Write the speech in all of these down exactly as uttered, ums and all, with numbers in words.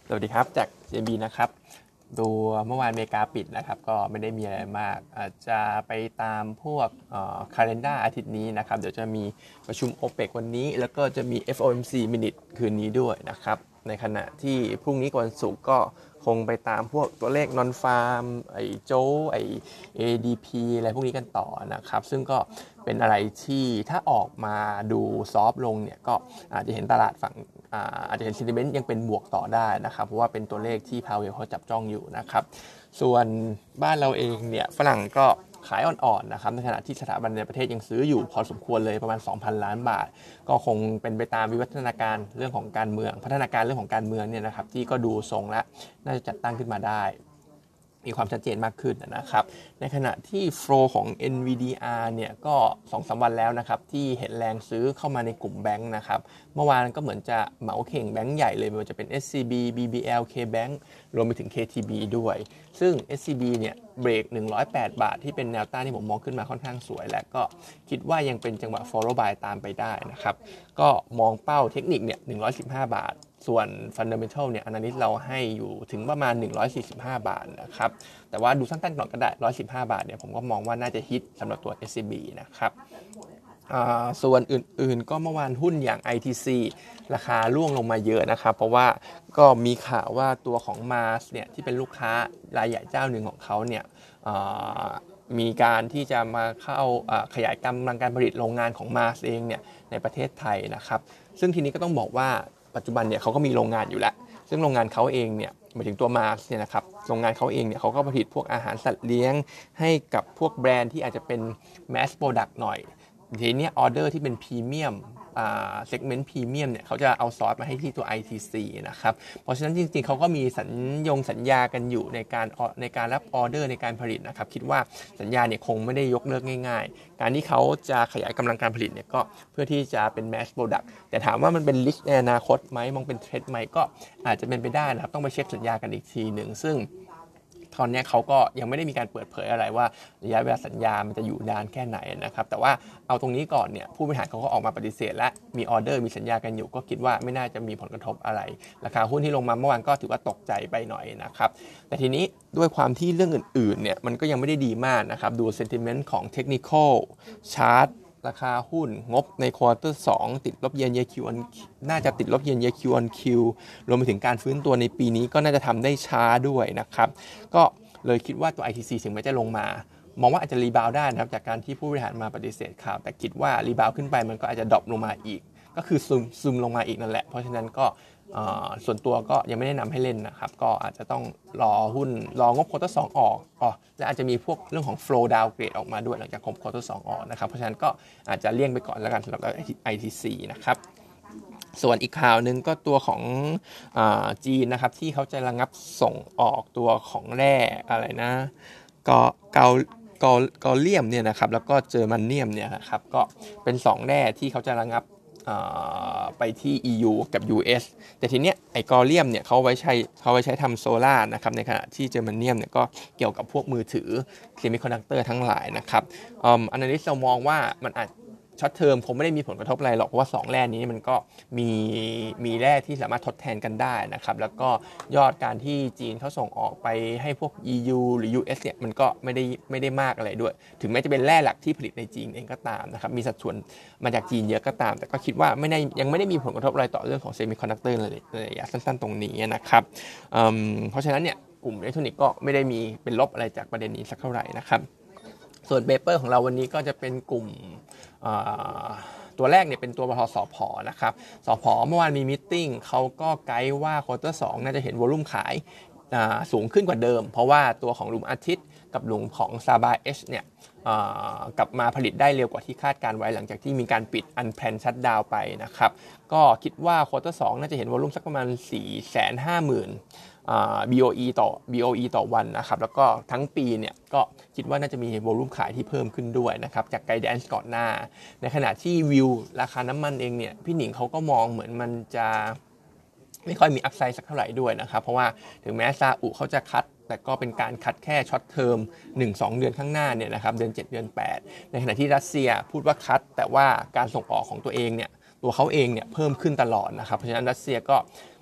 สวัสดีครับจาก เจ บี นะครับดูเมื่อวานอเมริกาปิดนะครับก็ไม่ได้มีอะไรมากอาจจะไปตามพวกเอ่อ calendar อาทิตย์นี้นะครับเดี๋ยวจะมีประชุม โอเปก วันนี้แล้วก็จะมี เอฟ โอ เอ็ม ซี Minute คืนนี้ด้วยนะครับในขณะที่พรุ่งนี้วันศุกร์ก็คงไปตามพวกตัวเลข non farm ไอ้โจไอ้ เอ ดี พี อะไรพวกนี้กันต่อนะครับซึ่งก็เป็นอะไรที่ถ้าออกมาดูซอฟลงเนี่ยก็อาจจะเห็นตลาดฝั่งอาจจะเห็น sentiment ยังเป็นบวกต่อได้นะครับเพราะว่าเป็นตัวเลขที่ Powell เขาจับจ้องอยู่นะครับส่วนบ้านเราเองเนี่ยฝรั่งก็ขายอ่อนๆนะครับในขณะที่สถาบันในประเทศยังซื้ออยู่พอสมควรเลยประมาณ สองพัน ล้านบาทก็คงเป็นไปตามวิวัฒนาการเรื่องของการเมืองพัฒนาการเรื่องของการเมืองเนี่ยนะครับที่ก็ดูทรงและน่าจะจัดตั้งขึ้นมาได้มีความชัดเจนมากขึ้นนะครับในขณะที่โฟลว์ของ เอ็น วี ดี อาร์ เนี่ยก็ สองถึงสาม วันแล้วนะครับที่เห็นแรงซื้อเข้ามาในกลุ่มแบงค์นะครับเมื่อวานก็เหมือนจะเหมาเข่งแบงค์ใหญ่เลยไม่ว่าจะเป็น เอส ซี บี บี บี แอล K-Bank รวมไปถึง เค ที บี ด้วยซึ่ง เอส ซี บี เนี่ยเบรกหนึ่งร้อยแปดบาทที่เป็นแนวต้านที่ผมมองขึ้นมาค่อนข้างสวยและก็คิดว่ายังเป็นจังหวะ follow buy ตามไปได้นะครับก็มองเป้าเทคนิคเนี่ยหนึ่งร้อยสิบห้าบาทส่วน fundamental เนี่ย analyst เราให้อยู่ถึงประมาณหนึ่งร้อยสี่สิบห้าบาทนะครับแต่ว่าดูสั้นๆก่อนก็ได้หนึ่งร้อยสิบห้าบาทเนี่ยผมก็มองว่าน่าจะฮิตสำหรับตัว เอส ซี บี นะครับส่วนอื่นๆก็เมื่อวานหุ้นอย่าง ไอ ที ซี ราคาร่วงลงมาเยอะนะครับเพราะว่าก็มีข่าวว่าตัวของ Mars เนี่ยที่เป็นลูกค้ารายใหญ่เจ้าหนึ่งของเขาเนี่ยมีการที่จะมาเข้าขยายกำลังการผลิตโรงงานของ Mars เองเนี่ยในประเทศไทยนะครับซึ่งทีนี้ก็ต้องบอกว่าปัจจุบันเนี่ยเขาก็มีโรงงานอยู่แล้วซึ่งโรงงานเขาเองเนี่ยหมายถึงตัว Mars เนี่ยนะครับโรงงานเขาเองเนี่ยเขาก็ผลิตพวกอาหารสัตว์เลี้ยงให้กับพวกแบรนด์ที่อาจจะเป็น mass product หน่อยทีนี้ออเดอร์ที่เป็นพรีเมียมอ่าเซกเมนต์พรีเมียมเนี่ยเขาจะเอาซอสมาให้ที่ตัว ไอ ที ซี นะครับเพราะฉะนั้นจริงๆเขาก็มีสัญญงสัญญากันอยู่ในการในการรับออเดอร์ในการผลิตนะครับคิดว่าสัญญาเนี่ยคงไม่ได้ยกเลิกง่ายๆการที่เขาจะขยายกำลังการผลิตเนี่ยก็เพื่อที่จะเป็น mass product แต่ถามว่ามันเป็น risk ในอนาคตไหมมองเป็นเทรดไหมก็อาจจะเป็นไปได้นะครับต้องไปเช็คสัญญากันอีกทีหนึ่งซึ่งตอนนี้เขาก็ยังไม่ได้มีการเปิดเผยอะไรว่าระยะเวลาสัญญามันจะอยู่นานแค่ไหนนะครับแต่ว่าเอาตรงนี้ก่อนเนี่ยผู้บริหารเขาก็ออกมาปฏิเสธและมีออเดอร์มีสัญญากันอยู่ก็คิดว่าไม่น่าจะมีผลกระทบอะไรราคาหุ้นที่ลงมาเมื่อวานก็ถือว่าตกใจไปหน่อยนะครับแต่ทีนี้ด้วยความที่เรื่องอื่นๆเนี่ยมันก็ยังไม่ได้ดีมากนะครับดู sentiment ของ technical chartราคาหุ้นงบในควอเตอร์สองติดลบเยนเยคิวน่าจะติดลบเยนเยคิวออนคิวรวมไปถึงการฟื้นตัวในปีนี้ก็น่าจะทำได้ช้าด้วยนะครับก็เลยคิดว่าตัว ไอ ที ซี ถึงแม้จะลงมามองว่าอาจจะรีบาวได้นะครับจากการที่ผู้บริหารมาปฏิเสธข่าวแต่คิดว่ารีบาวขึ้นไปมันก็อาจจะดรอปลงมาอีกก็คือซึมซึมลงมาอีกนั่นแหละเพราะฉะนั้นก็ส่วนตัวก็ยังไม่ได้นำให้เล่นนะครับก็อาจจะต้องรอหุ้นรองบควอเตอร์สองออกอ๋อและอาจจะมีพวกเรื่องของ flow downgrade ออกมาด้วยหลังจากครบควอเตอร์สองออกนะครับเพราะฉะนั้นก็อาจจะเลี่ยงไปก่อนแล้วกันสำหรับ ไอ ที ซี นะครับส่วนอีกข่าวหนึ่งก็ตัวของอ่าจีนนะครับที่เขาจะระงับส่งออกตัวของแร่อะไรนะก็เกาเกาเกาเลียมเนี่ยนะครับแล้วก็เจอมันเนียมเนี่ยนะครับก็เป็นสองแร่ที่เขาจะระงับไปที่ อี ยู กับ ยู เอส แต่ทีเนี้ยไอ้กอเลียมเนี่ยเขาไว้ใช้เขาไว้ใช้ทำโซล่านะครับในขณะที่เจอร์มาเนียมเนี่ยก็เกี่ยวกับพวกมือถือเซมิคอนดักเตอร์ทั้งหลายนะครับอันนี้เรามองว่ามันอาจช็อตเทอมคงไม่ได้มีผลกระทบอะไรหรอกเพราะว่าสองแร่นี้มันก็มีมีแร่ที่สามารถทดแทนกันได้นะครับแล้วก็ยอดการที่จีนเขาส่งออกไปให้พวก อี ยู หรือ ยู เอส เนี่ยมันก็ไม่ได้ไม่ได้มากอะไรด้วยถึงแม้จะเป็นแร่หลักที่ผลิตในจีนเองก็ตามนะครับมีสัดส่วนมาจากจีนเยอะก็ตามแต่ก็คิดว่าไม่ได้ยังไม่ได้มีผลกระทบอะไรต่อเรื่องของเซมิคอนดักเตอร์เลยในระยะสั้นๆตรงนี้นะครับเพราะฉะนั้นเนี่ยกลุ่มอิเล็กทรอนิกส์ก็ไม่ได้มีเป็นลบอะไรจากประเด็นนี้สักเท่าไหร่นะครับส่วนเปเปอร์ของเราวันนี้ก็จะเป็นกลุ่มตัวแรกเนี่ยเป็นตัวบทสผนะครับสผเมื่อวานมีมิทติ้งเขาก็ไกด์ว่าควอเตอร์สองน่าจะเห็นวอลุ่มขายสูงขึ้นกว่าเดิมเพราะว่าตัวของหลุมอาทิตย์กับหลุมของซาบาเอชเนี่ยกลับมาผลิตได้เร็วกว่าที่คาดการไว้หลังจากที่มีการปิดอันแพลนชัตดาวน์ไปนะครับก็คิดว่าควอเตอร์สองน่าจะเห็นวอลุ่มสักประมาณ สี่แสนห้าหมื่นบี โอ อี ต่อ บี โอ อี ต่อวันนะครับแล้วก็ทั้งปีเนี่ยก็คิดว่าน่าจะมีโวลุ่มขายที่เพิ่มขึ้นด้วยนะครับจากไกด์แดนซ์ก่อนหน้าในขณะที่วิวราคาน้ำมันเองเนี่ยพี่หนิงเขาก็มองเหมือนมันจะไม่ค่อยมีอัพไซด์สักเท่าไหร่ด้วยนะครับเพราะว่าถึงแม้ซาอุเขาจะคัดแต่ก็เป็นการคัดแค่ช็อตเทอม หนึ่งถึงสอง เดือนข้างหน้าเนี่ยนะครับเดือนเจ็ดเดือนแปดในขณะที่รัสเซียพูดว่าคัดแต่ว่าการส่งออกของตัวเองเนี่ยตัวเขาเองเนี่ยเพิ่มขึ้นตลอดนะครับเพราะฉะนั้นรัสเซียก็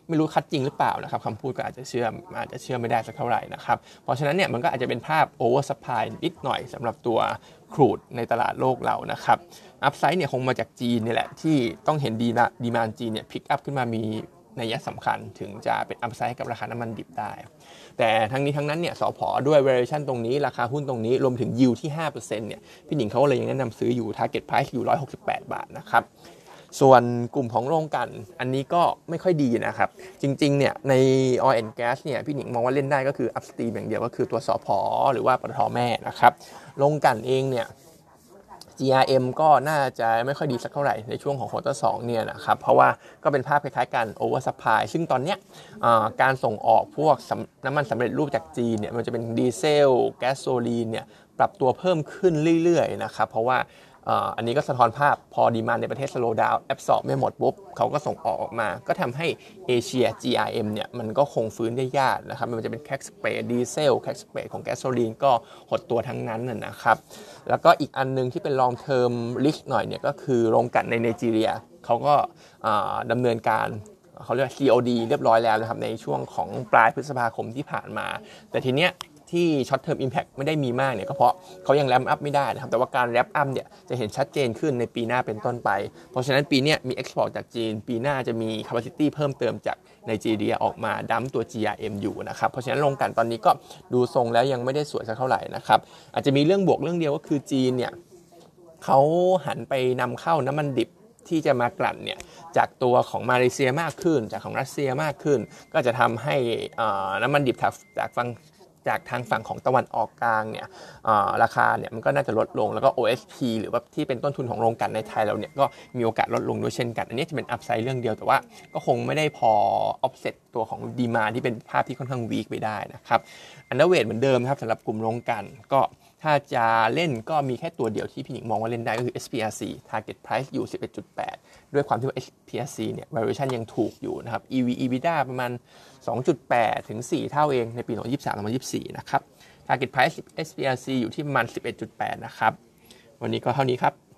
ไม่รู้คัดจริงหรือเปล่านะครับคำพูดก็อาจจะเชื่ออาจจะเชื่อไม่ได้สักเท่าไหร่นะครับเพราะฉะนั้นเนี่ยมันก็อาจจะเป็นภาพโอเวอร์ซัพพลายนิดหน่อยสำหรับตัวครูดในตลาดโลกเรานะครับอัพไซด์เนี่ยคงมาจากจีนนี่แหละที่ต้องเห็นดีนะดีมานจีนเนี่ยพิกอัพขึ้นมามีนัยสำคัญถึงจะเป็นอัพไซด์กับราคาน้ำมันดิบได้แต่ทั้งนี้ทั้งนั้นเนี่ยสผด้วย valuation ตรงนี้ราคาหุ้นตรงนี้รวมถึง yield ที่ ห้าเปอร์เซ็นต์ เนี่ยพี่หนิงเขาเลยยังแนะนำซื้ออยู่ target price อยู่หนึ่งร้อยหกสิบแปดบาทนะครับส่วนกลุ่มของโรงกลั่นอันนี้ก็ไม่ค่อยดีนะครับจริงๆเนี่ยใน oil and gas เนี่ยพี่หนิงมองว่าเล่นได้ก็คือ upstream อย่างเดียวก็คือตัวสผหรือว่าปตทแม่นะครับโรงกลั่นเองเนี่ยจี อาร์ เอ็ม ก็น่าจะไม่ค่อยดีสักเท่าไหร่ในช่วงของควอเตอร์สองเนี่ยนะครับเพราะว่าก็เป็นภาพคล้ายๆกัน over supply ซึ่งตอนเนี้ยการส่งออกพวกน้ำมันสำเร็จรูปจากจีนเนี่ยมันจะเป็นดีเซลแก๊สโซลีนเนี่ยปรับตัวเพิ่มขึ้นเรื่อยๆนะครับเพราะว่าอันนี้ก็สะท้อนภาพพอดีมานด์ในประเทศสโลว์ดาวน์แอบซอร์บไม่หมดปุ๊บเขาก็ส่งออกออกมาก็ทำให้เอเชีย จี อาร์ เอ็ม เนี่ยมันก็คงฟื้นได้ยากนะครับมันจะเป็นแคคสเปรดดีเซลแคคสเปรดของแก๊สโซลีนก็หดตัวทั้งนั้นนะครับแล้วก็อีกอันนึงที่เป็น long term risk หน่อยเนี่ยก็คือโรงกลั่นในไนจีเรียเขาก็ดำเนินการเขาเรียก ซี โอ ดี เรียบร้อยแล้วนะครับในช่วงของปลายพฤษภาคมที่ผ่านมาแต่ทีเนี้ยที่ short term impact ไม่ได้มีมากเนี่ยก็เพราะเขายัง ramp up ไม่ได้นะครับแต่ว่าการ ramp up เนี่ยจะเห็นชัดเจนขึ้นในปีหน้าเป็นต้นไปเพราะฉะนั้นปีนี้มี export จากจีนปีหน้าจะมี capacity เพิ่มเติมจากไนจีเรียออกมาดั้มตัว จี อาร์ เอ็ม อยู่นะครับเพราะฉะนั้นโรงกลั่นตอนนี้ก็ดูทรงแล้วยังไม่ได้สวยสักเท่าไหร่นะครับอาจจะมีเรื่องบวกเรื่องเดียวก็คือจีนเนี่ยเขาหันไปนำเข้าน้ำมันดิบที่จะมากลั่นเนี่ยจากตัวของมาเลเซียมากขึ้นจากของรัสเซียมากขึ้นก็จะทำให้น้ำมันดิบจากฝั่งจากทางฝั่งของตะวันออกกลางเนี่ยราคาเนี่ยมันก็น่าจะลดลงแล้วก็ โอ เอส พี หรือว่าที่เป็นต้นทุนของโรงกลั่นในไทยเราเนี่ยก็มีโอกาสลดลงด้วยเช่นกันอันนี้จะเป็นอัพไซด์เรื่องเดียวแต่ว่าก็คงไม่ได้พอ offset ตัวของดีมานด์ที่เป็นภาพที่ค่อนข้างวีคไปได้นะครับอันเดอร์เวทเหมือนเดิมครับสำหรับกลุ่มโรงกลั่นก็ถ้าจะเล่นก็มีแค่ตัวเดียวที่พี่หญิงมองว่าเล่นได้ก็คือ เอส พี อาร์ ซี target price อยู่ สิบเอ็ดจุดแปด ด้วยความที่ว่า เอส พี อาร์ ซี เนี่ย valuation ยังถูกอยู่นะครับ อี วี EBITDA ประมาณ สองจุดแปด ถึง สี่ เท่าเองในปีสองพันยี่สิบสาม สองพันยี่สิบสี่นะครับ target price เอส พี อาร์ ซี อยู่ที่ประมาณ สิบเอ็ดจุดแปด นะครับวันนี้ก็เท่านี้ครับ